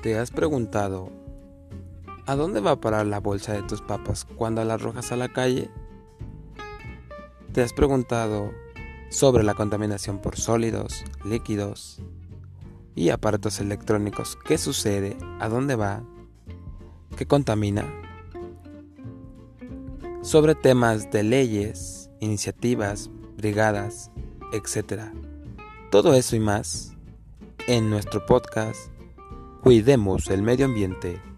¿Te has preguntado a dónde va a parar la bolsa de tus papas cuando la arrojas a la calle? ¿Te has preguntado sobre la contaminación por sólidos, líquidos y aparatos electrónicos? ¿Qué sucede? ¿A dónde va? ¿Qué contamina? Sobre temas de leyes, iniciativas, brigadas, etc. Todo eso y más en nuestro podcast Cuidemos el Medio Ambiente.